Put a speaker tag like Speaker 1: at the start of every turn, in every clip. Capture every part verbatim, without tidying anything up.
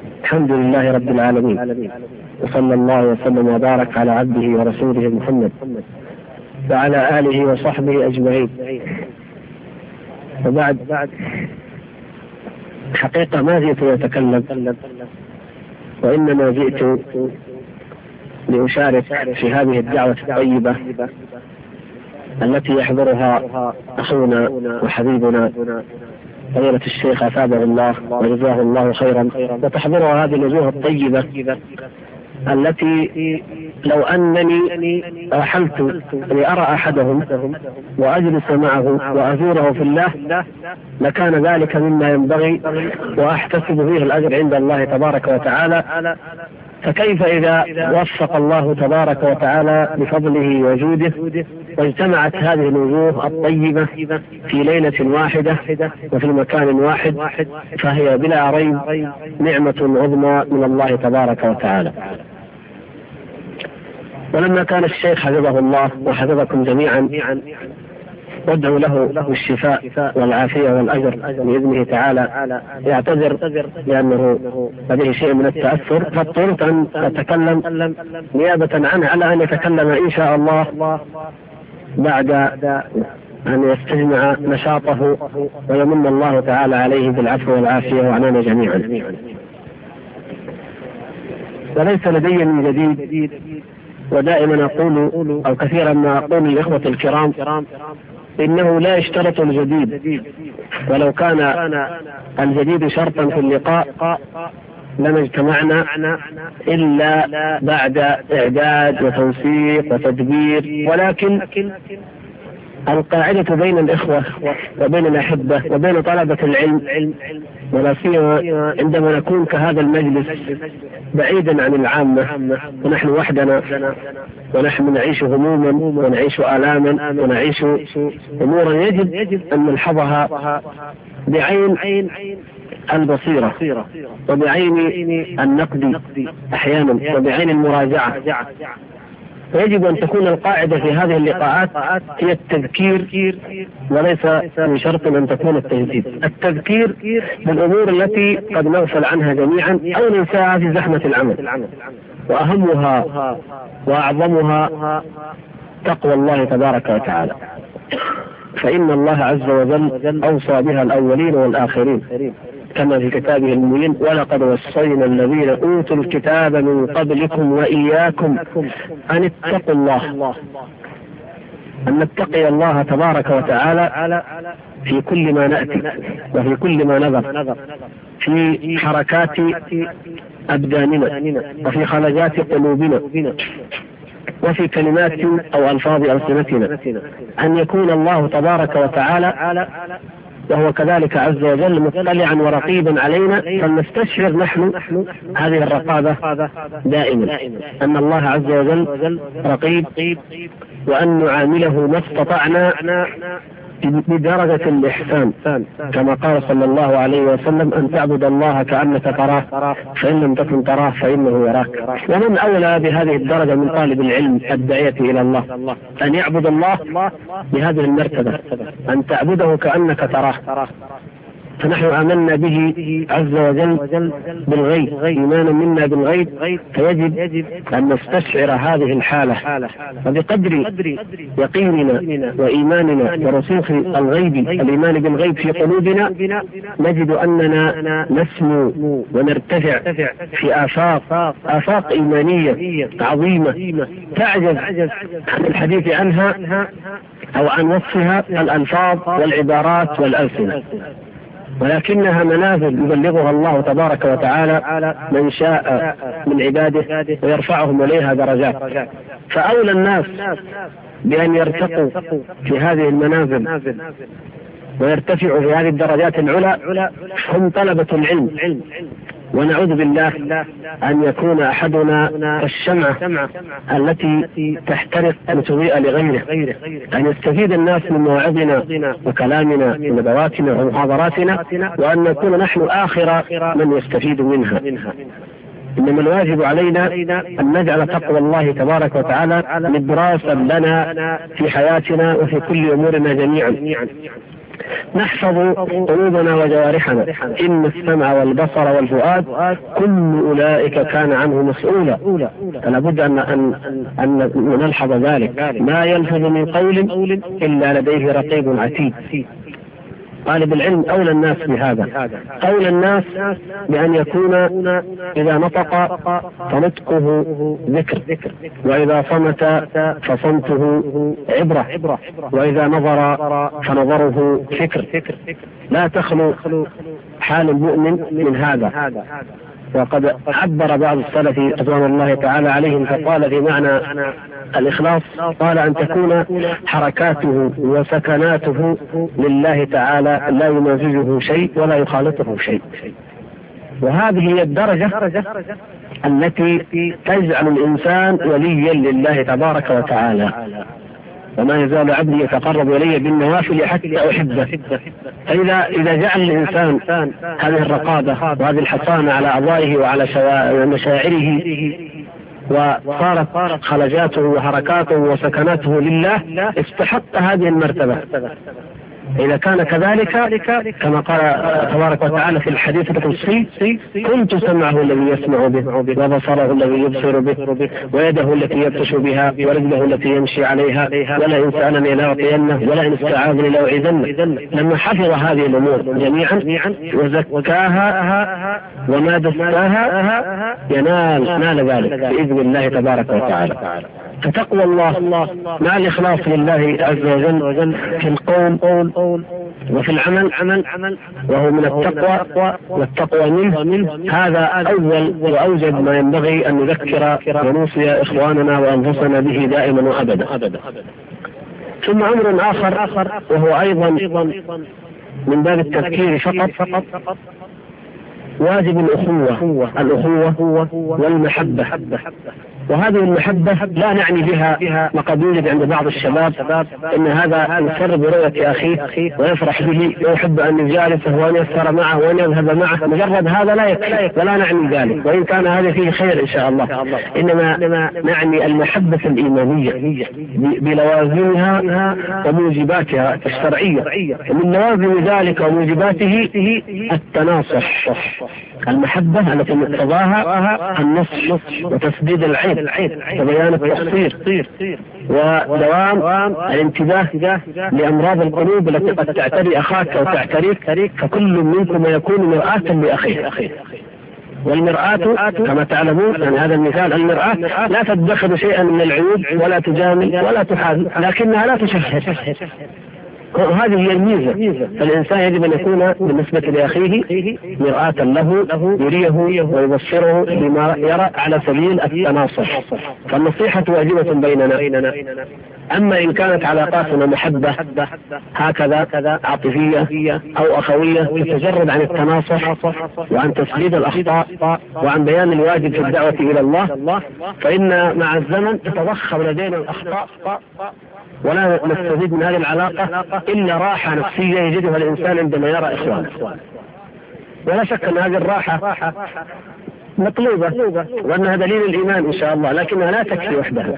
Speaker 1: الحمد لله رب العالمين، وصلى الله وسلم وبارك على عبده ورسوله محمد وعلى آله وصحبه أجمعين. وبعد، حقيقة ما جئت أتكلم، وإنما جئت لأشارك في هذه الدعوة الطيبة التي يحضرها أخونا وحبيبنا فضيلة الشيخ أثابه الله وجزاه الله خيرا، وتحضرها هذه الوجوه الطيبة التي لو أنني رحلت لأرى أحدهم وأجلس معه وأزوره في الله لكان ذلك مما ينبغي وأحتسب فيه الأجر عند الله تبارك وتعالى. فكيف إذا وفق الله تبارك وتعالى بفضله وجوده واجتمعت هذه الوجوه الطيبة في ليلة واحدة وفي مكان واحد، فهي بلا ريب نعمة عظمى من الله تبارك وتعالى. ولما كان الشيخ حفظه الله وحفظكم جميعا وادعوا له الشفاء والعافية والأجر بإذنه تعالى، يعتذر لأنه لديه شيء من التأثر، فاضطررت أن أتكلم نيابة عنه على أن يتكلم إن شاء الله بعد أن يستجمع نشاطه ويمن الله تعالى عليه بالعفو والعافية وعنانا جميعا. وليس لدي من جديد، ودائما أقول أو كثيرا ما أقول للإخوة الكرام إنه لا يشترط الجديد، ولو كان الجديد شرطا في اللقاء لما اجتمعنا إلا بعد إعداد وتنسيق وتدبير. ولكن القاعدة بين الإخوة وبين الأحبة وبين طلبة العلم، ولا سيما عندما نكون كهذا المجلس بعيدا عن العامة ونحن وحدنا ونحن نعيش هموما ونعيش آلاما ونعيش أمورا يجب أن نلحظها بعين البصيرة وبعين النقد أحيانا وبعين المراجعة. ويجب أن تكون القاعدة في هذه اللقاءات هي التذكير وليس من شرط أن تكون التجديد. التذكير بالأمور التي قد نغفل عنها جميعا أو ننساها في زحمة العمل، وأهمها وأعظمها تقوى الله تبارك وتعالى، فإن الله عز وجل أوصى بها الأولين والآخرين كما في كتابه المبين: ولقد وصينا الذين أوتوا الكتاب من قبلكم وإياكم أن اتقوا الله، أن نتقي الله تبارك وتعالى في كل ما نأتي وفي كل ما نظر، في حركات أبداننا وفي خلجات قلوبنا وفي كلمات أو ألفاظ ألسنتنا، أن يكون الله تبارك وتعالى وهو كذلك عز وجل مطلعا ورقيبا علينا، فلنستشعر نحن هذه الرقابة دائما، أن الله عز وجل رقيب، وأن نعامله ما استطعنا بدرجة الإحسان، كما قال صلى الله عليه وسلم: أن تعبد الله كأنك تراه فإن لم تكن تراه فإنه يراك. ومن أولى بهذه الدرجة من طالب العلم الداعية إلى الله أن يعبد الله بهذه المرتبة، أن تعبده كأنك تراه. فنحن آمنا به عز وجل بالغيب إيمانا منا بالغيب، فيجب أن نستشعر هذه الحالة، وبقدر يقيننا وإيماننا ورسوخ الغيب الإيمان بالغيب في قلوبنا نجد أننا نسمو ونرتفع في آفاق آفاق إيمانية عظيمة تعجز عن الحديث عنها أو عن وصفها الألفاظ والعبارات والألسنة، ولكنها منازل يبلغها الله تبارك وتعالى من شاء من عباده ويرفعهم إليها درجات. فأولى الناس بأن يرتقوا في هذه المنازل ويرتفعوا في هذه الدرجات العلى هم طلبة العلم. ونعوذ بالله أن يكون أحدنا الشمعة التي تحترق وتضيء لغيره، أن يستفيد الناس من مواعظنا وكلامنا وندواتنا ومحاضراتنا، وأن نكون نحن آخر من يستفيد منها. إنما الواجب علينا أن نجعل تقوى الله تبارك وتعالى نبراسا لنا في حياتنا وفي كل أمورنا جميعا. نحفظ قلوبنا وجوارحنا، إن السمع والبصر والفؤاد كل أولئك كان عنه مسؤولا. فلا بد أن, أن, أن نلحظ ذلك، ما يلفظ من قول إلا لديه رقيب عتيد. طالب العلم أولى الناس بهذا، أولى الناس بأن يكون إذا نطق فنطقه ذكر، وإذا صمت فصمته عبرة، وإذا نظر فنظره فكر. لا تخلو حال المؤمن من هذا. وقد عبر بعض السلف رضوان الله تعالى عليهم فقال في معنى الإخلاص، قال أن تكون حركاته وسكناته لله تعالى لا يمازجه شيء ولا يخالطه شيء. وهذه هي الدرجة التي تجعل الإنسان وليا لله تبارك وتعالى. وما يزال عبدي يتقرب إلي بالنوافل حتى أحبه. فإذا إذا جعل الإنسان هذه الرقابة وهذه الحصانة على أعضائه وعلى مشاعره، وصارت خلجاته وحركاته وسكناته لله، استحق هذه المرتبة. إذا كان كذلك كما قال تبارك وتعالى في الحديث القدسي: كنت سمعه الذي يسمع به، وبصره الذي يبصر به، ويده التي يبطش بها، ورجله التي يمشي عليها، ولئن سألني لأعطينه، ولئن استعاذني لأعيذنه. لما حفظ هذه الأمور جميعا وزكاها وما دساها ينال نال ذلك بإذن الله تبارك وتعالى. فتقوى الله مع الإخلاص لله عز وجل في القول وفي العمل، وهو من التقوى، والتقوى منه. هذا أول وأوجب ما ينبغي أن نذكر ونوصي إخواننا وأنفسنا به دائما وأبدا. ثم أمر آخر وهو أيضا من باب التذكير فقط، واجب الأخوة الأخوة والمحبة. وهذه المحبة لا نعني بها ما قد يوجد عند بعض الشباب إن هذا يسر برؤية أخيه ويفرح به ويحب أن يجالسه وأن يسر معه وأن يذهب معه. مجرد هذا لا يكفي ولا نعني ذلك، وإن كان هذا فيه خير إن شاء الله. إنما نعني المحبة الإيمانية بلوازمها وموجباتها الشرعية. ومن لوازم ذلك وموجباته التناصح. المحبة التي مقتضاها النصح وتسديد العين وبيان التقصير ودوام الانتباه لأمراض القلوب التي قد تعتري أخاك أو تعتريك. فكل منكم يكون مرآة لأخيه. والمرآة كما تعلمون، يعني هذا المثال، المرآة لا تدخل شيئا من العيوب ولا تجامل ولا تحاذي، لكنها لا تشهد. هذه هي الميزة. فالإنسان يجب أن يكون بالنسبة لأخيه مرآة له، يريه ويبصره بما يرى على سبيل التناصح. فالنصيحة واجبة بيننا. أما إن كانت علاقاتنا محبة هكذا عاطفية أو أخوية تتجرد عن التناصح وعن تسديد الأخطاء وعن بيان الواجب في الدعوة إلى الله، فإن مع الزمن تتضخم لدينا الأخطاء ولا نستفيد من هذه العلاقة إلا راحة نفسية يجدها الإنسان عندما يرى إخوانه. ولا شك أن هذه الراحة مطلوبة وأنها دليل الإيمان إن شاء الله، لكنها لا تكفي وحدها.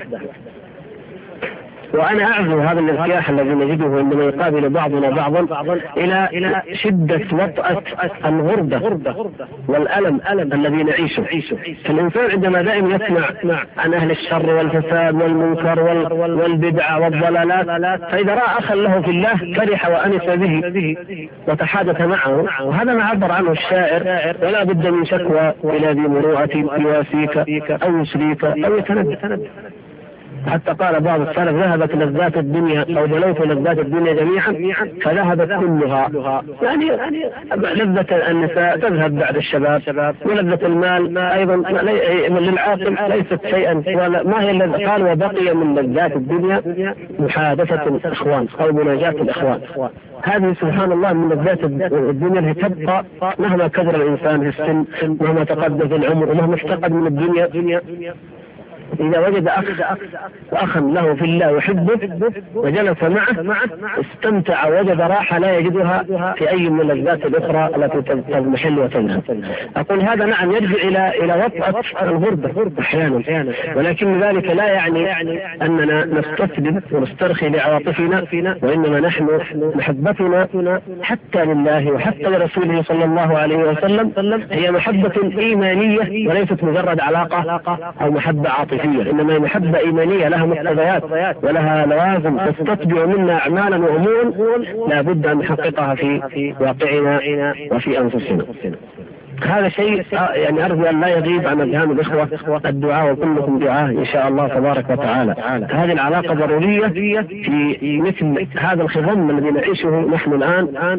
Speaker 1: وأنا أعزو هذا الارتياح الذي نجده عندما يقابل بعضنا بعضا إلى إلى شدة وطأة الغربة والألم الذي نعيشه. فالإنسان عندما دائما يسمع عن أهل الشر والفساد والمنكر والبدع والضلالات، فإذا رأى أخا له في الله فرح وأنس به وتحادث معه. وهذا ما عبر عنه الشاعر: ولا بد من شكوى إلى ذي مروءة يواسيك أو يسريك أو يتنبه. حتى قال بعض السلف: ذهبت لذات الدنيا أو بلوت لذات الدنيا جميعا فذهبت كلها. يعني لذة النساء تذهب بعد الشباب، ولذة المال أيضا للعاقل ليست شيئا. ما هي الذي قال: وبقي من لذات الدنيا محادثة الإخوان أو مناجاة الإخوان. هذه سبحان الله من لذات الدنيا التي تبقى مهما كبر الإنسان في السن، مهما تقدم في العمر، ومهما استقد من الدنيا. إذا وجد أخ وأخا له في الله يحبه وجلس معه استمتع ووجد راحة لا يجدها في أي من اللذات الأخرى التي تضمحل وتنهى. أقول هذا نعم يرجع إلى إلى وطأة الغربة أحيانا، ولكن ذلك لا يعني أننا نستسلم ونسترخي لعواطفنا، وإنما نحن محبتنا حتى لله وحتى لرسوله صلى الله عليه وسلم هي محبة إيمانية وليست مجرد علاقة أو محبة عاطفية، إنما محبة إيمانية لها مقتضيات ولها لوازم تستتبع منا أعمالا وأمورا لا بد أن نحققها في واقعنا وفي أنفسنا. هذا شيء يعني أرجو أن لا يغيب عن أذهان الإخوة الدعاء، وكلكم دعاء إن شاء الله تبارك وتعالى. هذه العلاقة ضرورية في مثل هذا الخضم الذي نعيشه نحن الآن،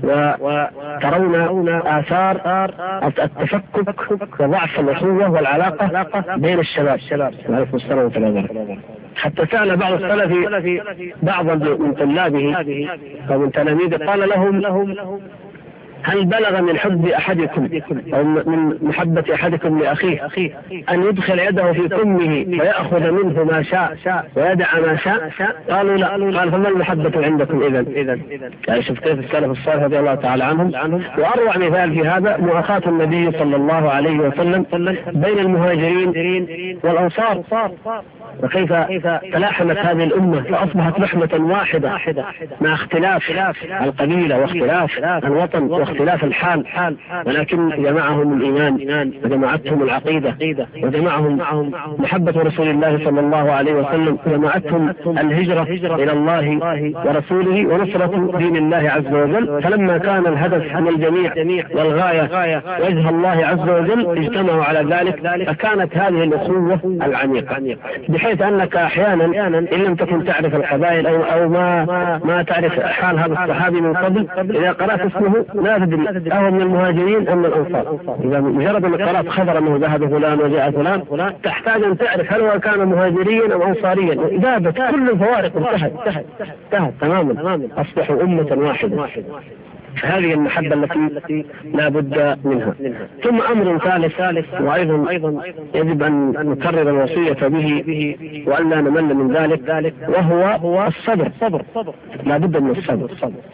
Speaker 1: وترون آثار التفكك وضعف الأخوة والعلاقة بين الشباب. عليكم السلام ورحمة الله وبركاته. حتى سأل بعض السلف بعضا من طلابه أو من تلاميذه قال لهم: هل بلغ من حب أحدكم أو من محبة أحدكم لأخيه أن يدخل يده في كمه ويأخذ منه ما شاء ويدع ما شاء؟ قالوا لا. قال: فما المحبة عندكم إذن؟ يعني شوف كيف السلف الصالح رضي الله تعالى عنهم. وأروع مثال في هذا مؤاخاة النبي صلى الله عليه وسلم بين المهاجرين والأنصار، وكيف تلاحمت هذه الأمة فأصبحت لحمة واحدة مع اختلاف القبيلة واختلاف الوطن واختلاف الحال، ولكن جمعهم الإيمان وجمعتهم العقيدة وجمعهم محبة رسول الله صلى الله عليه وسلم وجمعتهم الهجرة إلى الله ورسوله ونصرة دين الله عز وجل. فلما كان الهدف من الجميع والغاية وجه الله عز وجل اجتمعوا على ذلك، فكانت هذه الأخوة العميقة، بحيث أنك أحيانا إن لم تكن تعرف القبائل أو, أو ما, ما تعرف حال هذا الصحابي من قبل، إذا قرأت اسمه لا تدري أهو من المهاجرين أم من الأنصار. إذا مجرد أن قرأت خبر أنه ذهب فلان وجاء فلان تحتاج أن تعرف هل هو كان مهاجريا أو أنصاريا. ذابت كل الفوارق انتهت انتهت تماما، أصبحوا أمة واحدة. هذه المحبة التي لا بد منها. ثم أمر ثالث وأيضا يجب أن نكرر الوصية به وأن لا نمل من ذلك، وهو الصبر. لا بد من الصبر.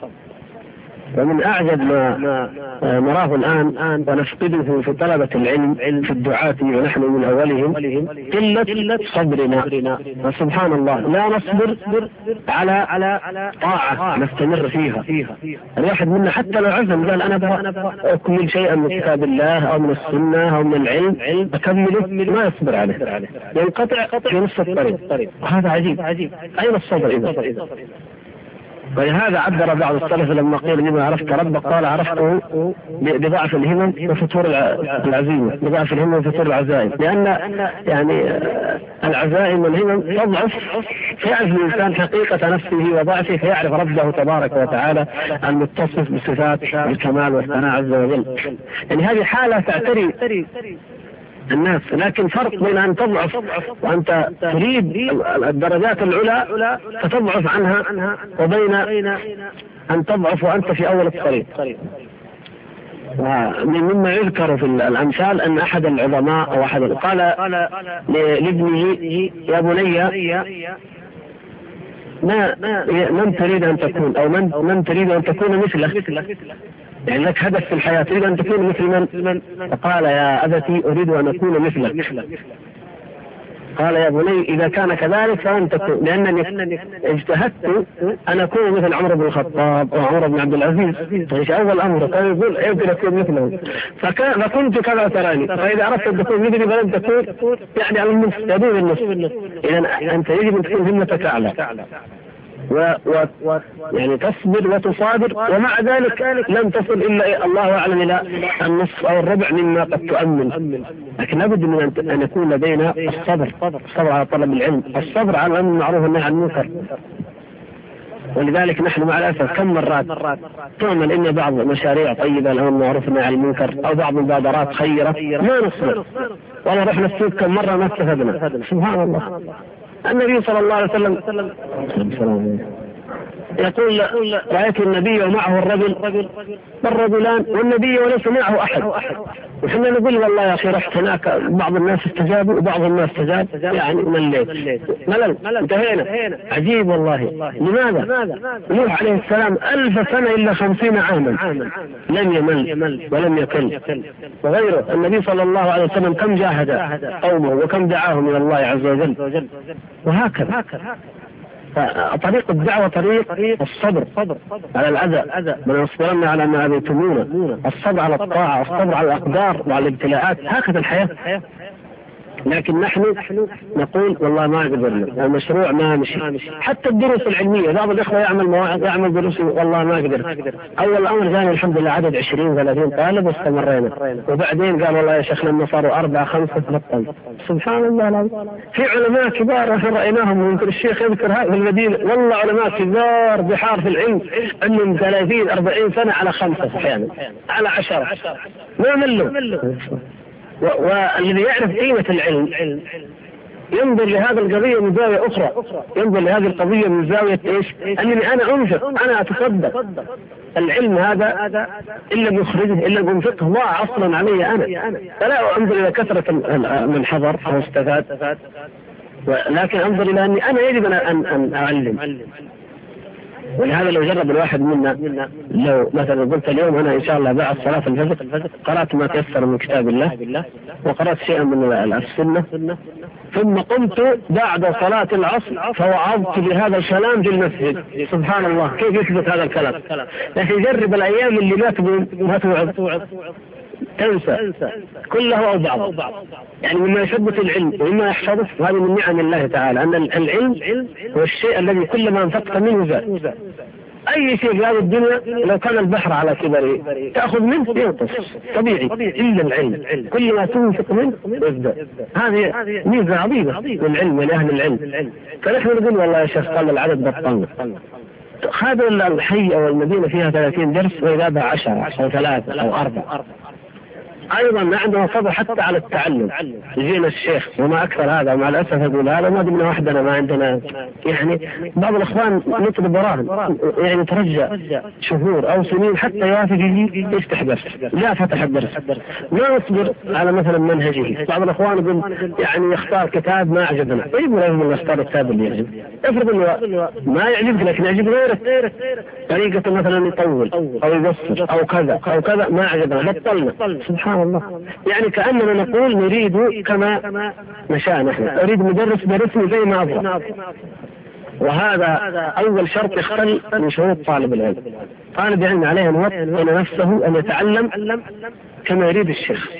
Speaker 1: ومن أعجب ما نراه الآن ونفقده في طلبة العلم في الدعاة ونحن من أولهم قلة صبرنا. وسبحان الله لا نصبر على طاعة نستمر فيها. الواحد منا حتى لو عزم قال أنا أكمل شيئا من كتاب الله أو من السنة أو من العلم أكمله، ما يصبر عليه، ينقطع في نصف الطريق. وهذا عجيب. أين الصبر إذا؟ ولهذا عبر بعض السلف لما قيل لما عرفت ربك قال: عرفته بضعف الهمم وفتور العزيمة، بضعف الهمم وفتور العزائم، لأن يعني العزائم والهمم تضعف فيعرف الإنسان حقيقة نفسه وضعفه، فيعرف ربه تبارك وتعالى المتصف بصفات الكمال والثناء عز وجل. يعني هذه حالة تعتري الناس، لكن فرق بين أن تضعف وأنت تريد الدرجات العلى فتضعف عنها، وبين أن تضعف وأنت في أول الطريق. مما يذكر في الأمثال أن أحد العظماء أو أحد قال لابنه: يا بني ما من تريد أن تكون أو من من تريد أن تكون مثله، يعني لك هدف في الحياة تريد أن تكون مثل من؟ فقال: يا أبتي أريد أن أكون مثلك. قال: يا بني إذا كان كذلك فلن تكون، لأنني اجتهدت أن أكون مثل عمر بن الخطاب أو عمر بن عبد العزيز. إيش أول أمر كان يقول يمكن أكون مثله، فكنت كذا تراني، فإذا أردت أن تكون مثلي فلن تكون، يعني على النصف يدور النصف. إذا أنت يجب أن تكون همتك أعلى و... و... يعني تصبر وتصابر، ومع ذلك لن تصل إلا الله أعلم إلى النصف أو الربع مما قد تؤمن. لكن لابد من أن يكون لدينا الصبر، الصبر على طلب العلم، الصبر على الأمر بالمعروف والنهي عن المنكر. ولذلك نحن مع الأسف كم مرات تعمل إن بعض مشاريع طيبة الأمر بالمعروف والنهي عن المنكر أو بعض مبادرات خيرة ما نصبر، ولا رحنا السوق كم مرة ما استفدنا. سبحان الله. النبي صلى الله عليه وسلم يقول رأيت النبي ومعه الرجل والرجلان والنبي وليس معه أحد، وحنا نقول والله يا أخي رحت هناك بعض الناس استجابوا وبعض الناس استجاب، يعني مليت ملل انتهينا. عجيب والله. لماذا؟ نوح عليه السلام ألف سنة إلا خمسين عاما لم يمل ولم يكل، وغيره النبي صلى الله عليه وسلم كم جاهد قومه وكم دعاهم إلى الله عز وجل، وهكذا. فطريق الدعوة طريق الصبر على الأذى، من يصبرن على ما أذيتمونا، الصبر على الطاعة، الصبر على الأقدار وعلى الابتلاءات، هكذا الحياة. لكن نحن نقول والله ما قدرنا، المشروع ما مشي. حتى الدروس العلمية بعض الإخوة يعمل مواعظ يعمل دروس والله ما قدر. أول أمر جاني الحمد لله عدد عشرين ثلاثين طالب واستمرينا، وبعدين قال والله يا شيخ لما صاروا أربعة خمسة بطل. سبحان الله العظيم. في علماء كبار رأيناهم، يمكن الشيخ يذكر هذه المدينة، والله علماء كبار بحار في العلم عندهم ثلاثين أربعين سنة على خمسة أحيانا على عشرة، ما ملوا. والذي يعرف قيمة العلم ينظر لهذه القضية من زاوية أخرى، ينظر لهذه القضية من زاوية إيش؟ أنني أنا أنفق، أنا أتصدق. العلم هذا إن لم يخرجه إن لم ينفقه ضاع أصلا علي أنا، فلا أنظر إلى كثرة من حضر أو استفاد، ولكن أنظر إلى أني أنا يجب أن أن أعلم. ولهذا لو جرب الواحد منا، لو مثلا قلت اليوم أنا إن شاء الله بعد صلاة الفجر قرأت ما تيسر من كتاب الله وقرأت شيئا من السنة، ثم قمت بعد صلاة العصر فوعظت بهذا الكلام في المسجد، سبحان الله كيف يثبت هذا الكلام؟ لكن جرب الأيام اللي ما تقول ما توعظ تنسى كله أو بعض، يعني مما يثبت العلم ومما يحفظه، وهذه من نعم الله تعالى أن العلم هو الشيء الذي كلما انفقت منه زاد. أي شيء في هذه الدنيا لو كان البحر على كبره تأخذ منه ينقص طبيعي، إلا العلم كل ما تنفق منه يزداد. هذه ميزة عظيمة للعلم ولأهل العلم. فنحن نقول والله يا شيخ قال العدد بطلنا، هذا الحي أو المدينة فيها ثلاثين درس وإذا بها عشرة أو ثلاثة أو أربعة. أيضا ما عندنا صبر حتى على التعلم. يجينا الشيخ وما أكثر هذا، ومع الأسف أقول هذا ما دمنا وحدنا، ما عندنا يعني بعض الإخوان نطلب براهن، يعني ترجع شهور أو سنين حتى يوافق يجي يفتح درس، لا فتح الدرس، ما نصبر على مثلا منهجه. بعض الإخوان يقول يعني يختار كتاب ما عجبنا، طيب لازم نختار الكتاب اللي يعجب. افرض إنه ما يعجبك لكن يعجب غيرك، طريقة مثلا يطول أو يقصر أو كذا أو كذا ما عجبنا بطلنا. سبحان الله، يعني كأننا نقول نريد كما نشاء نحن، أريد مدرس درسني زي ما أبغى، وهذا أول شرط يختل من شروط طالب العلم. طالب العلم عليه أن يوطن نفسه أن يتعلم كما يريد الشيخ.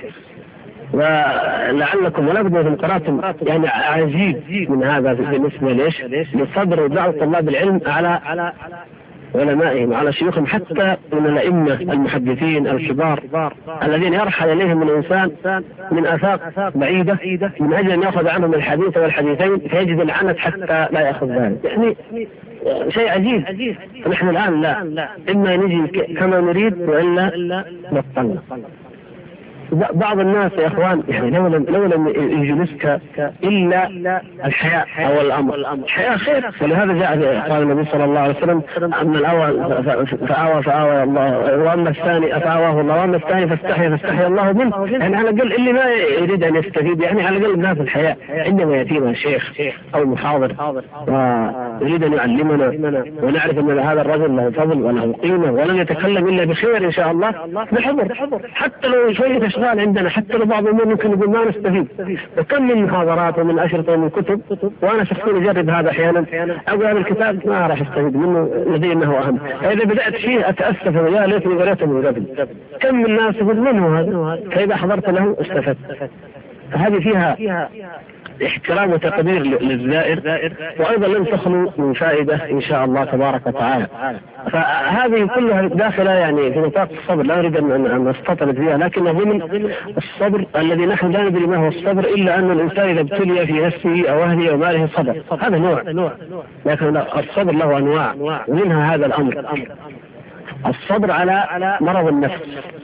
Speaker 1: ولعلكم ولا بد من قراءتم يعني عجيب من هذا بالنسبة ليش؟ لصدر بعض طلاب العلم على علمائهم على شيوخهم، حتى من الأئمة المحدثين الكبار الذين يرحل إليهم الإنسان من آفاق بعيدة من أجل أن يأخذ عنهم الحديث والحديثين فيجد العنت حتى لا يأخذ ذلك، يعني شيء عجيب. فنحن الآن لا، إما نجي كما نريد وإلا نبطلنا. بعض الناس يا اخوان يعني لو لم لو لم يجلسك الا الحياء او الامر، الحياء خير. ولهذا جاء قال النبي صلى الله عليه وسلم اما الاول فاوى فاوى الله، واما الثاني افاواه الله، واما الثاني فاستحيا فاستحيا الله منه. يعني على الاقل اللي ما يريد ان يستفيد يعني على الاقل الناس الحياء. عندما ياتينا شيخ او محاضر ويريد ان يعلمنا ونعرف ان هذا الرجل له فضل وله قيمه ولن يتكلم الا بخير ان شاء الله، نحضر حتى لو شويه عندنا، حتى لو بعض الأمور ممكن يقول ما نستفيد. وكم من محاضرات ومن أشرطة ومن كتب، وأنا شخصيا أجرب هذا أحيانا، أقول هذا الكتاب ما راح أستفيد منه لدي أنه أهم، فإذا بدأت فيه أتأسف يا ليتني قريته من قبل. كم من الناس يقول منه هذا، فإذا حضرت له استفدت. فهذه فيها احترام وتقدير للزائر، وأيضا لن تخلو من فائدة إن شاء الله تبارك وتعالى. فهذه كلها داخلة يعني في نطاق الصبر، لا أريد أن أستطرد فيها، لكن ضمن الصبر الذي نحن لا ندري ما هو الصبر إلا أن الإنسان إذا ابتلي في نفسه أو أهله وماله صبر، هذا نوع. لكن الصبر له أنواع، ومنها هذا الأمر الصبر على مرض النفس.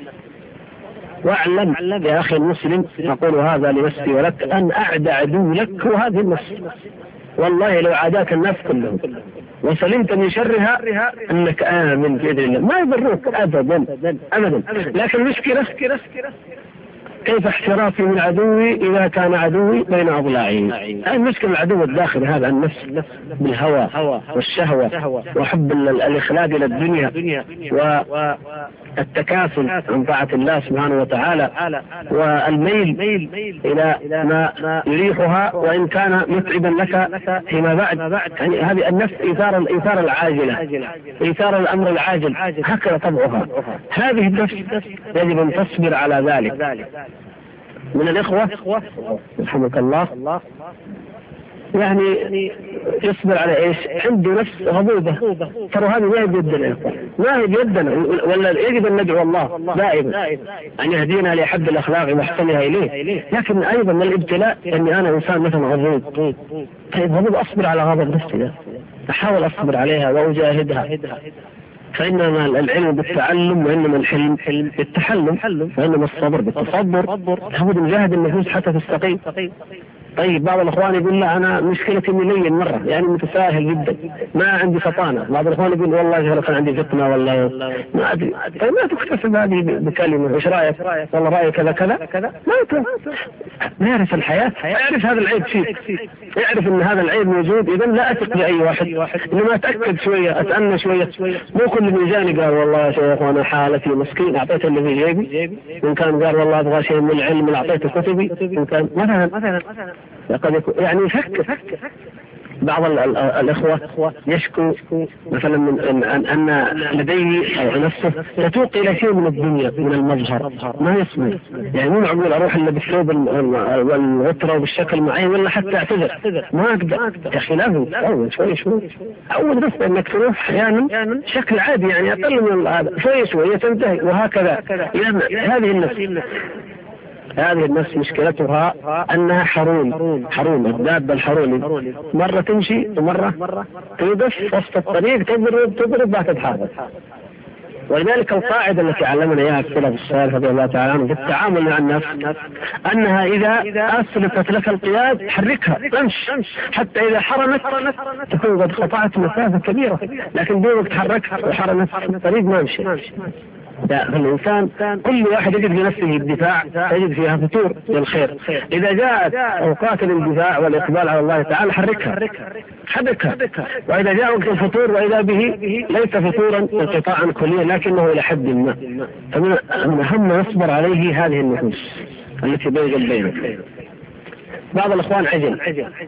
Speaker 1: واعلم يا أخي المسلم، أقول هذا لنفسي ولك، أن أعدى عدو لك هو هذه النفس. والله لو عاداك الناس كلهم وسلمت من شرها انك امن باذن الله، ما يضروك ابدا ابدا. لكن المشكله كيف احترافي من عدوي اذا كان عدوي بين اضلاعي؟ المشكله العدو الداخلي هذا النفس بالهوى والشهوه وحب الاخلاد الى الدنيا والتكاسل عن طاعه الله سبحانه وتعالى والميل الى ما يريحها وان كان متعبا لك فيما بعد. يعني هذه النفس ايثار الايثار العاجله، ايثار الامر العاجل، هكذا طبعها. هذه النفس يجب ان تصبر على ذلك. من الإخوة رحمك الله يعني يصبر على ايش؟ عنده نفس غضوبة، ترى هذه ما هي بيدنا، ما هي بيدنا، ولا يجب ان ندعو الله دائما ان يهدينا لاحب الاخلاق واحسنها اليه. لكن ايضا من الابتلاء اني انا انسان مثلا غضوب، طيب غضوب اصبر على غضب نفسي، احاول اصبر عليها واجاهدها، فإنما العلم بالتعلم وإنما الحلم بالتحلم، وإنما الصبر بالتصبر. لابد نجاهد النفوس حتى تستقيم. طيب بعض الأخوان يقول لا أنا مشكلتي مليا مرة، يعني متساهل جدا، ما عندي فطانة. بعض الأخوان يقول والله كان عندي فتنة ولا ما أدري. طيب ما تكتسب هذه بكلمة، إيش رأيك؟ والله رأيك كذا كذا كذا، ما ما يعرف الحياة، يعرف هذا العيب فيك، يعرف أن هذا العيب موجود. إذا لا أثق بأي واحد، إنما أتأكد شوية، أتأنى شوية. مو كل ميزاني قال والله يا شيخ وأنا حالتي مسكين أعطيته اللي في جيبي، إن كان قال والله أبغى شيء من العلم اللي أعطيته كتبي، إن كان مثلا مثلا يعني يفكر. بعض الأخوة يشكو مثلا من أن لديه أو نفسه تتوق إلى شيء من الدنيا من المظهر، ما يصبر. يعني مو معقول أروح إلا بالثوب والغترة وبالشكل معين ولا حتى أعتذر، ما أقدر. يا أخي لازم أول شوي شوي أول بس إنك تروح أحيانا شكل عادي، يعني أقل من هذا شوي شوي تنتهي، وهكذا. هذه النفس هذه النفس مشكلتها أنها حرون حرون الدابة الحروني، مرة تمشي ومرة توقف وسط الطريق، تضرب تضرب ما تتحرك. ولذلك القاعدة التي علمنا إياها السلف الصالح رضي الله تعالى عنه في التعامل مع النفس أنها إذا أسلفت لك القياد حركها، امش حتى إذا حرمت تكون قد قطعت مسافة كبيرة، لكن دونك تحركت وحرمت الطريق ما مشي. فالإنسان كل واحد يجد في نفسه الدفاع، يجد فيها فتور للخير. إذا جاءت أوقات الاندفاع والإقبال على الله تعالى حركها حركها، وإذا جاء وقت الفتور وإذا به ليس فتورا انقطاعا كليا لكنه إلى حد ما، فمن أهم ما يصبر عليه هذه النفوس التي بين جنبينك. بعض الأخوان عجل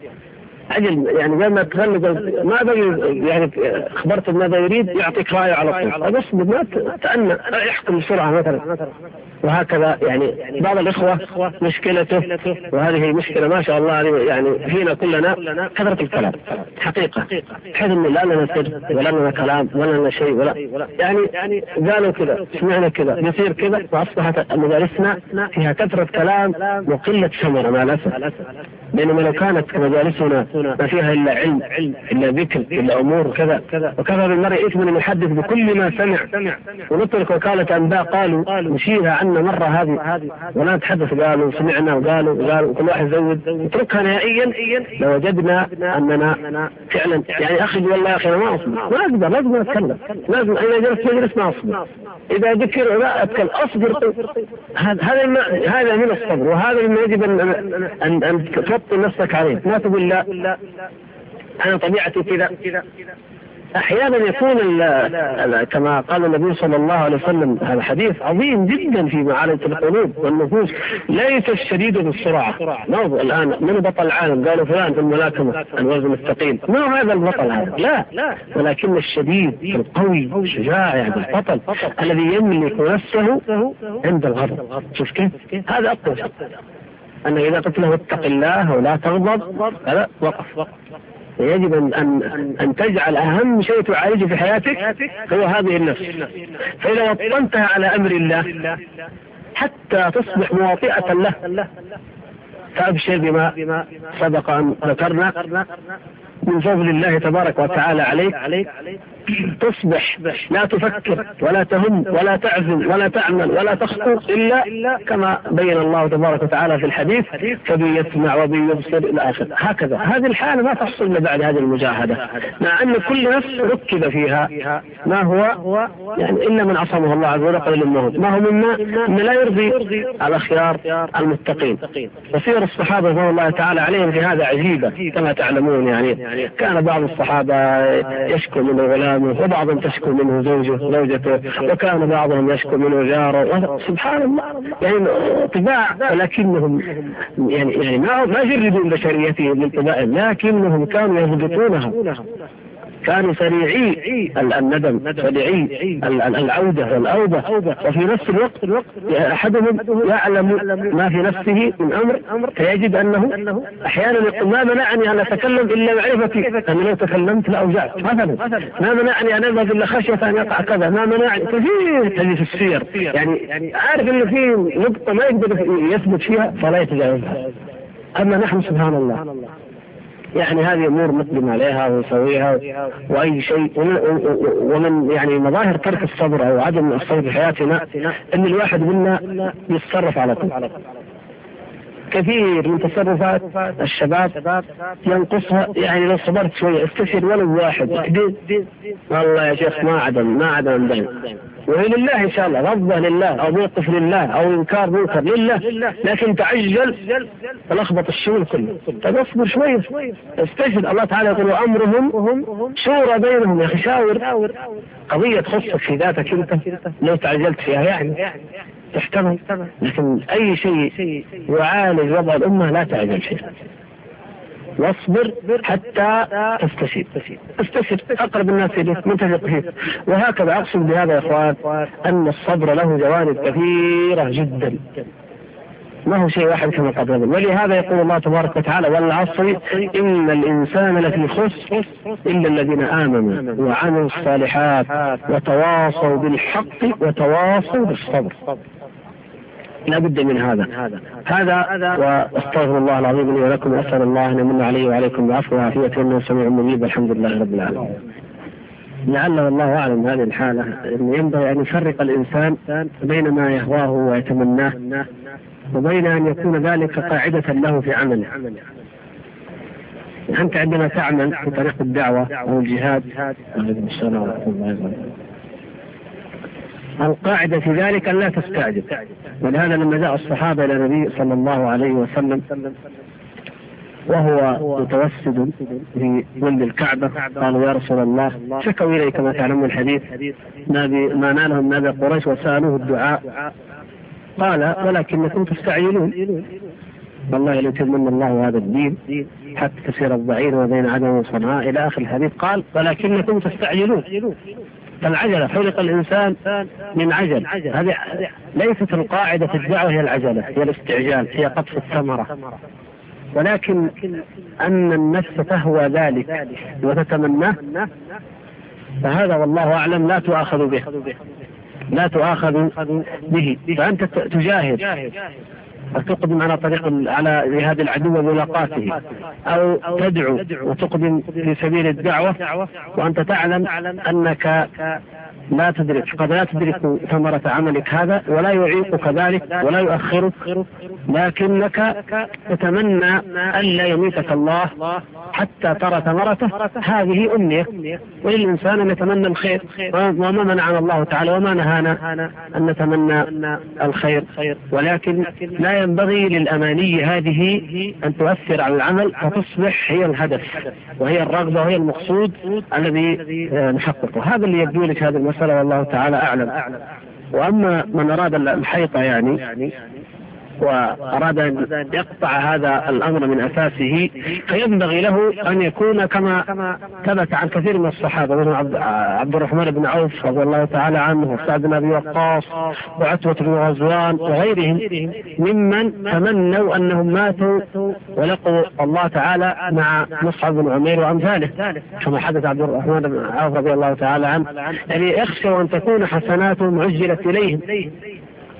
Speaker 1: عجل يعني لما تغلق ما بقي، يعني خبرت ماذا يريد يعطيك رأيه على طول، بس ما تأنى يحكم بسرعة مثلا، وهكذا. يعني بعض الإخوة مشكلته، وهذه مشكلة ما شاء الله يعني فينا كلنا، كثرة الكلام حقيقة، بحيث إنه لا لنا سر ولا لنا كلام ولا لنا شيء ولا يعني قالوا كذا سمعنا كذا يصير كذا، وأصبحت مجالسنا فيها كثرة كلام وقلة ثمرة مع الأسف. بينما لو كانت مجالسنا ما فيها إلا علم إلا ذكر إلا أمور كذا وكذا، بالمرء إثم أن يحدث بكل ما سمع، ونترك وكالة أنباء قالوا نشيرها عنا مرة هذه ولا نتحدث قالوا سمعنا وقالوا وقالوا وكل واحد زود، نتركها نهائيا. لو وجدنا أننا فعلا يعني أخي والله يا أخي أنا ما أصبر، ما أقدر، لازم أتكلم، لازم إذا جلست مجلس ما أصبر، إذا ذكر لا أتكلم أصبر. هذا هذا من الصبر، وهذا مما يجب أن أن أن تفطن نفسك عليه. ما تقول لا أنا طبيعتي كذا. أحيانا يكون كما قال النبي صلى الله عليه وسلم، هذا حديث عظيم جدا في معالجة القلوب والنفوس، ليس الشديد بالسرعة. موضوع الآن من بطل العالم قالوا فلان في الملاكمة الوزن الثقيل، ما هو هذا البطل هذا؟ لا، ولكن الشديد القوي الشجاع يعني البطل الذي يملك نفسه عند الغضب. شوف كيف هذا أقوى، أن إذا قلت له اتق الله ولا تغضب هذا وقف. يجب أن أن تجعل أهم شيء تعالجه في حياتك هو هذه النفس، فإذا وطنتها على أمر الله حتى تصبح مواطئة له، فأبشر بما سبق أن ذكرنا من فضل الله تبارك وتعالى عليك تصبح لا تفكر ولا تهم ولا تعزم ولا تعمل ولا تخطط إلا كما بين الله تبارك وتعالى في الحديث: فبي يسمع وبي يبصر إلى آخره. هكذا هذه الحالة ما تحصل إلا بعد هذه المجاهدة، مع أن كل نفس ركب فيها ما هو يعني إلا من عصمه الله عز وجل قليل الموت، ما هو مما من لا يرضي الأخيار المتقين. وسير الصحابة رضي الله تعالى عليهم في هذا عجيبة كما تعلمون. يعني كان بعض الصحابة يشكو من غلام، وبعضهم تشكو منه زوجه زوجته، وكان بعضهم يشكو منه جاره. سبحان الله، يعني طباع، ولكنهم يعني يعني ما ما جردوا بشريتهم من طباعهم، لكنهم كانوا يضبطونها، كانوا سريعي الندم، سريعي العودة والأوبة، وفي نفس الوقت أحدهم يعلم ما في نفسه من أمر فيجد أنه أحيانا يقول: ما منعني أن أتكلم إلا معرفتي أن لو تكلمت لأوجعت مثلا، ما منعني أن أذهب إلا خشية أن يقع كذا، ما منعني كثير هذه في السير. يعني عارف أن في نقطة ما يقدر يثبت فيها فلا يتجاوزها. أما نحن سبحان الله يعني هذه أمور نقدم عليها ونسويها وأي شيء. ومن يعني مظاهر ترك الصبر أو عدم الصبر في حياتنا أن الواحد منا يتصرف على طول. كثير من تصرفات الشباب ينقصها، يعني لو صبرت شوية استشهد ولو واحد والله يا شيخ ما عدم ما عدم دين، وهي لله إن شاء الله، غضبة لله أو موقف لله أو إنكار منكر لله، لكن تعجل فلخبط الشغل كله. طب اصبر شوية استشهد. الله تعالى يقول: أمرهم شورى بينهم. يا أخي شاور، قضية تخصك في ذاتك أنت لو تعجلت فيها يعني تحتمل، لكن أي شيء يعالج وضع الأمة لا تعجل فيه. واصبر حتى تستشهد. استشهد أقرب الناس إليك متفق فيه. وهكذا أقصد بهذا يا إخوان أن الصبر له جوانب كثيرة جدا، ما هو شيء واحد كما قد نقول. ولهذا يقول الله تبارك وتعالى: والعصر إن الإنسان لفي خسر إلا الذين آمنوا وعملوا الصالحات وتواصوا بالحق وتواصوا بالصبر. لا بد من هذا هذا واستغفر الله العظيم لي ولكم، وأسأل الله أن يمن علي وعليكم بعفوه وعافيته إنه سميع مجيب. الحمد لله رب العالمين. لعل والله أعلم هذه الحالة أن ينبغي أن يفرق الإنسان بين ما يهواه ويتمناه وبين أن يكون ذلك قاعدة له في عمله. أنت عندما تعمل في طريق الدعوة أو الجهاد، القاعدة في ذلك أن لا تستعجل. ولهذا لما جاء الصحابة إلى النبي صلى الله عليه وسلم وهو متوسد في ظل الكعبة قالوا: يا رسول الله، شكوا إليه كما تعلمون الحديث ما نالهم نبي قريش وسألوه الدعاء، قال: ولكنكم تستعجلون، والله ليتمن الله هذا الدين حتى تسير الضعير وبين عدم وصنعاء إلى آخر الحديث. قال: ولكنكم تستعجلون. فالعجلة خلق الإنسان من عجل. هذه ليست القاعدة في الدعوة هي العجلة، هي الاستعجال، هي قطف الثمرة، ولكن أن النفس تهوى ذلك وتتمناه، فهذا والله أعلم لا تؤاخذ به لا تؤاخذ به. فأنت تجاهد وتقدم على طريق على جهاد العدو وملاقاته، أو تدعو وتقدم في سبيل الدعوة وأنت تعلم أنك لا تدرك قد لا تدرك ثمرة عملك هذا، ولا يعيقك ذلك ولا يؤخرك، لكنك تتمنى أن لا يميتك الله حتى ترى ثمرته. هذه أمنية، وللإنسان أن يتمنى الخير، وما منعنا الله تعالى وما نهانا أن نتمنى الخير، ولكن لا ينبغي للأماني هذه أن تؤثر على العمل فتصبح هي الهدف وهي الرغبة وهي المقصود الذي نحققه. هذا اللي يبدو لك هذه المسألة والله تعالى أعلم. وأما من أراد الحيطة يعني وأراد أن يقطع هذا الأمر من أساسه، فينبغي له أن يكون كما ثبت عن كثير من الصحابة، مثل عبد الرحمن بن عوف رضي الله تعالى عنه، وسعد بن أبي وقاص، وعتبة بن غزوان، وغيرهم ممن تمنوا أنهم ماتوا ولقوا الله تعالى مع مصعب بن عمير وأمثاله، كما حدث عبد الرحمن بن عوف رضي الله تعالى عنه. يعني يخشوا أن تكون حسناتهم عجلت إليهم،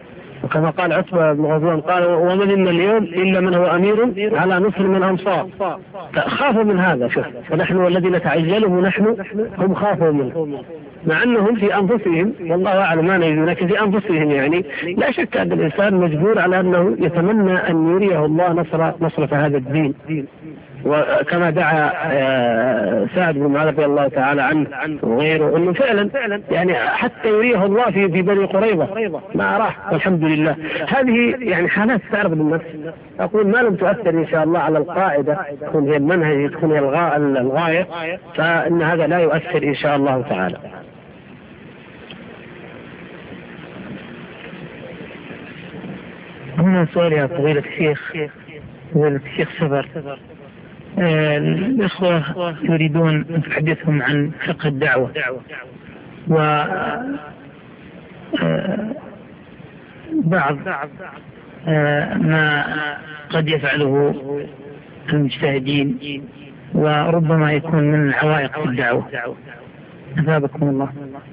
Speaker 1: وكما قال عتبة بن غزوان قال ومن إن اليوم إلا من هو أمير على نصر من أنصار، فخافوا من هذا. شوف، فنحن والذين نتعجلهم نحن هم خافوا منه، مع أنهم في أنفسهم والله أعلم ما نجد، لكن في أنفسهم يعني لا شك أن الإنسان مجبور على أنه يتمنى أن يريه الله نصر نصرة هذا الدين. وكما دعا سعد بن معاذ رضي الله تعالى عنه وغيره انه فعلا يعني حتى يريه الله في في بني قريظه ما راح والحمد لله. هذه يعني حالات تعرض للنفس. اقول ما لم تؤثر ان شاء الله على القاعده، تكون هي المنهج، تكون هي الغايه، فان هذا لا يؤثر ان شاء الله تعالى.
Speaker 2: هنا سؤال يا فضيلة الشيخ، فضيلة الشيخ سفر، الإخوة يريدون أن تحدثهم عن فقه الدعوة وبعض ما قد يفعله المجتهدين وربما يكون من العوائق في الدعوة. أثابكم الله.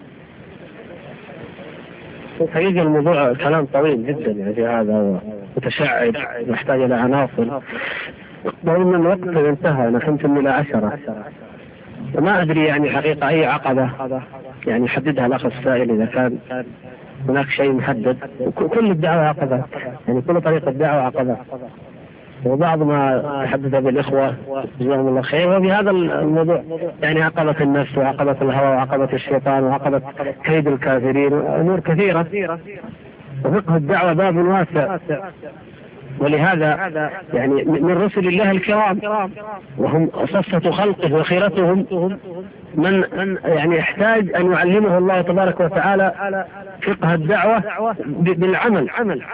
Speaker 1: حقيقة الموضوع كلام طويل جدا يعني في هذا متشعب يحتاج إلى عناصر، ضمن الوقت انتهى. أنا خمسة إلى عشرة وما أدري يعني حقيقة أي عقبة يعني يحددها الأخ السائل إذا كان هناك شيء محدد. كل الدعوة عقبة، يعني كل طريقة الدعوة عقبة، وبعض ما تحدث بالإخوة جزاهم الله خير وبهذا الموضوع يعني عقبة النفس وعقبة الهوى وعقبة الشيطان وعقبة كيد الكافرين وأمور كثيرة. وفقه الدعوة باب واسع، ولهذا يعني من رسل الله الكرام وهم صفة خلقه وخيرتهم من يعني يحتاج أن يعلمه الله تبارك وتعالى فقه الدعوة بالعمل.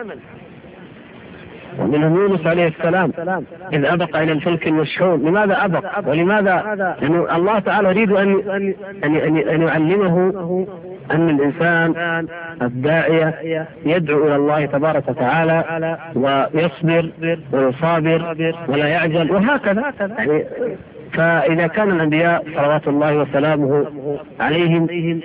Speaker 1: ومنهم يونس عليه السلام إذ أبق إلى الفلك المشحون. لماذا أبق ولماذا؟ يعني الله تعالى يريد أن أن أن يعلمه أن الإنسان الداعية يدعو إلى الله تبارك وتعالى ويصبر ويصابر ولا يعجل وهكذا. يعني فإذا كان الأنبياء صلوات الله وسلامه عليهم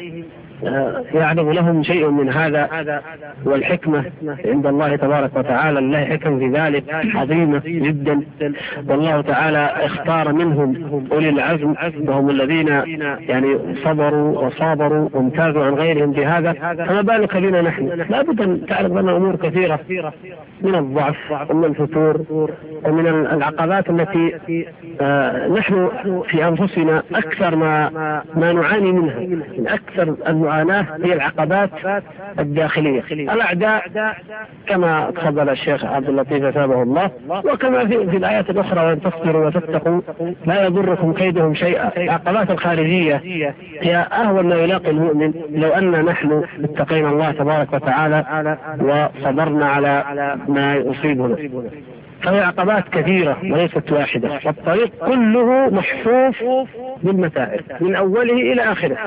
Speaker 1: يعلم لهم شيء من هذا، والحكمة عند الله تبارك وتعالى الله حكم في ذلك عظيمة جدا. والله تعالى اختار منهم أولي العزم وهم الذين يعني صبروا وصابروا وامتازوا عن غيرهم بهذا، فما بالك بنا نحن؟ لا بد أن تعرف لنا أمور كثيرة من الضعف ومن الفتور ومن العقبات التي آه نحن في أنفسنا أكثر ما ما نعاني منها. من أكثر المعاناة هي العقبات الداخلية. الأعداء كما تفضل الشيخ عبد اللطيف أثابه الله، وكما في, في الآيات الأخرى وإن تصبروا وتتقوا لا يضركم كيدهم شيئا. العقبات الخارجية هي أهون ما يلاقي المؤمن لو أن نحن اتقينا الله تبارك وتعالى وصبرنا على ما يصيبنا. فهي عقبات كثيرة وليست واحدة، والطريق كله محفوف بالمتاعب من أوله إلى آخره.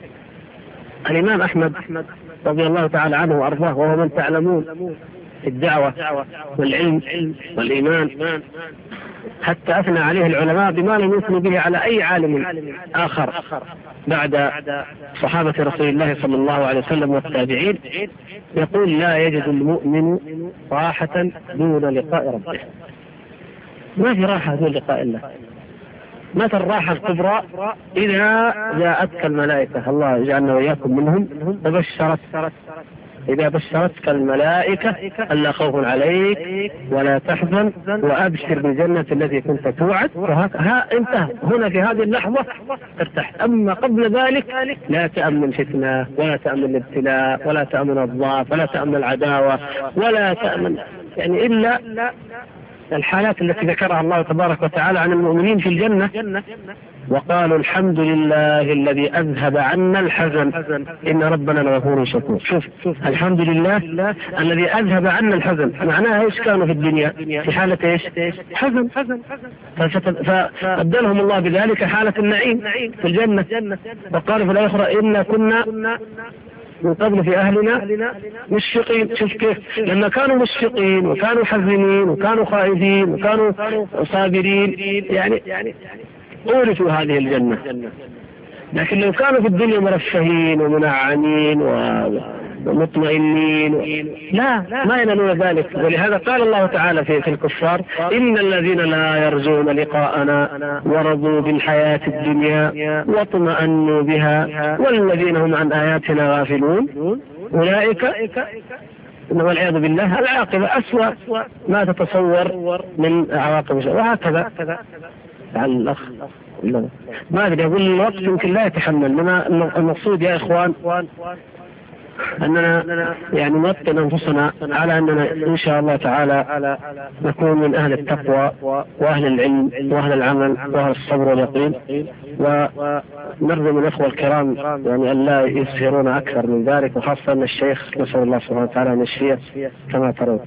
Speaker 1: الإمام أحمد رضي الله تعالى عنه وأرضاه وهو من تعلمون الدعوة والعلم والإيمان، حتى أثنى عليه العلماء بما لم يثنوا به على أي عالم آخر بعد صحابة رسول الله صلى الله عليه وسلم والتابعين. يقول لا يجد المؤمن راحة دون لقاء ربه. ما في راحة دون لقاء الله. متى الراحة الكبرى؟ إذا جاءتك الملائكة، الله يجعلنا وإياكم منهم، وبشرت إذا بشرتك الملائكة ألا خوف عليك ولا تحزن وأبشر بالجنة التي كنت توعد. ها انتهى هنا في هذه اللحظة ارتحت. أما قبل ذلك لا تأمن فتنة ولا تأمن الابتلاء ولا تأمن الضعف ولا تأمن العداوة ولا تأمن يعني إلا الحالات التي ذكرها الله تبارك وتعالى عن المؤمنين في الجنة. وقالوا الحمد لله الذي أذهب عنا الحزن إن ربنا لغفور شكور. شوف الحمد لله الذي أذهب عنا الحزن، معناها إيش كانوا في الدنيا في حالة إيش حزن، فأبدلهم الله بذلك حالة النعيم في الجنة. وقالوا في الآخرة إنا كنا من قبل في أهلنا مشفقين. شوف كيف لما كانوا مشفقين وكانوا حزنين وكانوا خائفين وكانوا صابرين يعني أورثوا هذه الجنة. لكن لو كانوا في الدنيا مرفهين ومنعمين مطمئنين. لا ما ينالون ذلك. ولهذا قال الله تعالى في, في الكفار إن الذين لا يرجون لقاءنا ورضوا بالحياة الدنيا واطمأنوا بها والذين هم عن آياتنا غافلون أولئك والعياذ بالله العاقبة أسوأ ما تتصور من عواقب. وهكذا على الأخ ما أدري أقول الوقت يمكن لا يتحمل. لما المقصود يا إخوان أننا يعني نوطن أنفسنا على أننا إن شاء الله تعالى نكون من أهل التقوى وأهل العلم وأهل العمل وأهل الصبر واليقين، ونرجو من الأخوة الكرام يعني أن لا يسهرون أكثر من ذلك، وخاصة أن الشيخ نسأل الله سبحانه وتعالى أن يشفيه كما ترون.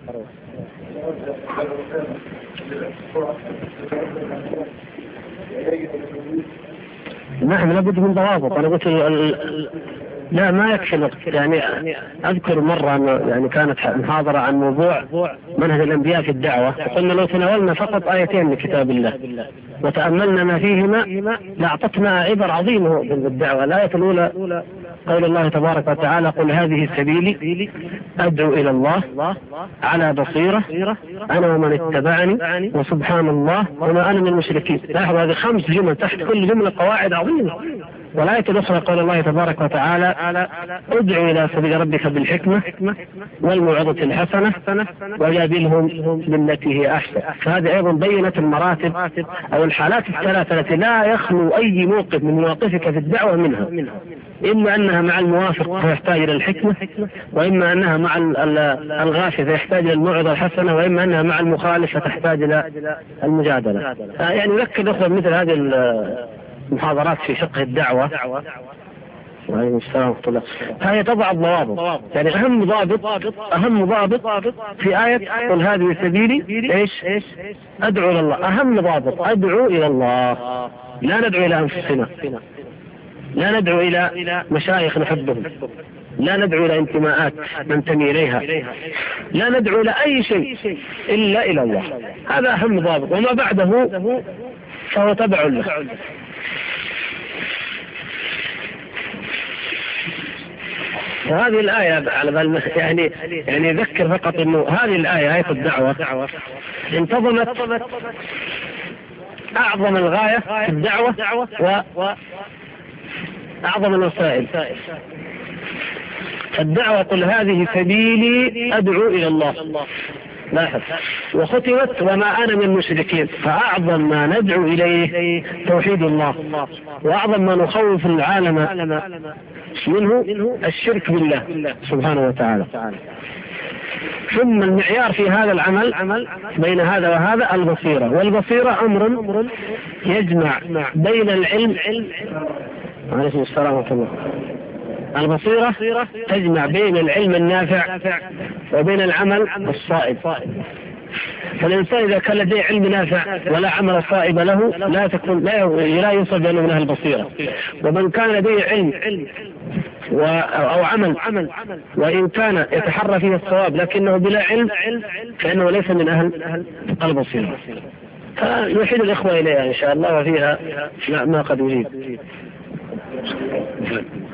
Speaker 1: نحن لابد من ضوابط. أنا قلت لا ما يكفي الوقت. يعني أذكر مرة أنه يعني كانت محاضرة عن موضوع منهج الأنبياء في الدعوة، وقلنا لو تناولنا فقط آيتين من كتاب الله وتأملنا ما فيهما لأعطتنا عبر عظيمة بالدعوة. الآية الأولى قول الله تبارك وتعالى قل هذه سبيلي أدعو إلى الله على بصيرة أنا ومن اتبعني وسبحان الله وما أنا من المشركين. لاحظوا هذه خمس جمل تحت كل جملة قواعد عظيمة. والآية الأخرى قول الله تبارك وتعالى ادعو إلى سبيل ربك بالحكمة والموعظة الحسنة وجادلهم بالتي هي أحسن. فهذه أيضا بينت المراتب أو الحالات الثلاثة التي لا يخلو أي موقف من مواقفك في الدعوة منها، إما أنها مع الموافق فيحتاج إلى الحكمة، وإما أنها مع الغافل فيحتاج إلى الموعظة الحسنة، وإما أنها مع المخالف فتحتاج إلى المجادلة. يعني نذكر الأخوة مثل هذه المحاضرات في فقه الدعوة وعليكم السلام ورحمة الله هي تضع الضوابط. يعني أهم ضابط أهم ضابط في آية قل هذه سبيلي إيش أدعو إلى الله. أهم ضابط أدعو إلى الله، لا ندعو إلى أنفسنا، لا ندعو إلى مشايخ نحبهم، لا ندعو إلى انتماءات ننتمي إليها، لا ندعو إلى أي شيء إلا إلى الله. هذا أهم ضابط، وما بعده فهو تبع له. وهذه الآية على بال يعني يعني ذكر فقط إنه هذه الآية آية الدعوة انتظمت أعظم الغاية في الدعوة وأعظم الوسائل. الدعوة قل هذه سبيلي أدعو إلى الله، لاحظ، وختمت وما أنا من المشركين. فأعظم ما ندعو إليه توحيد الله، وأعظم ما نخوف العالم منه الشرك بالله سبحانه وتعالى. ثم المعيار في هذا العمل بين هذا وهذا البصيرة، والبصيرة أمر يجمع بين العلم عليكم السلام ورحمة الله. البصيرة تجمع بين العلم النافع وبين العمل الصائب. فالإنسان إذا كان لديه علم نافع ولا عمل صائب له لا تكون لا يوصف بأنه من أهل البصيرة. ومن كان لديه علم أو عمل وإن كان يتحرى فيه الصواب لكنه بلا علم فإنه ليس من أهل البصيرة. فنوحد الإخوة إليها إن شاء الله، وفيها ما قد يجيب.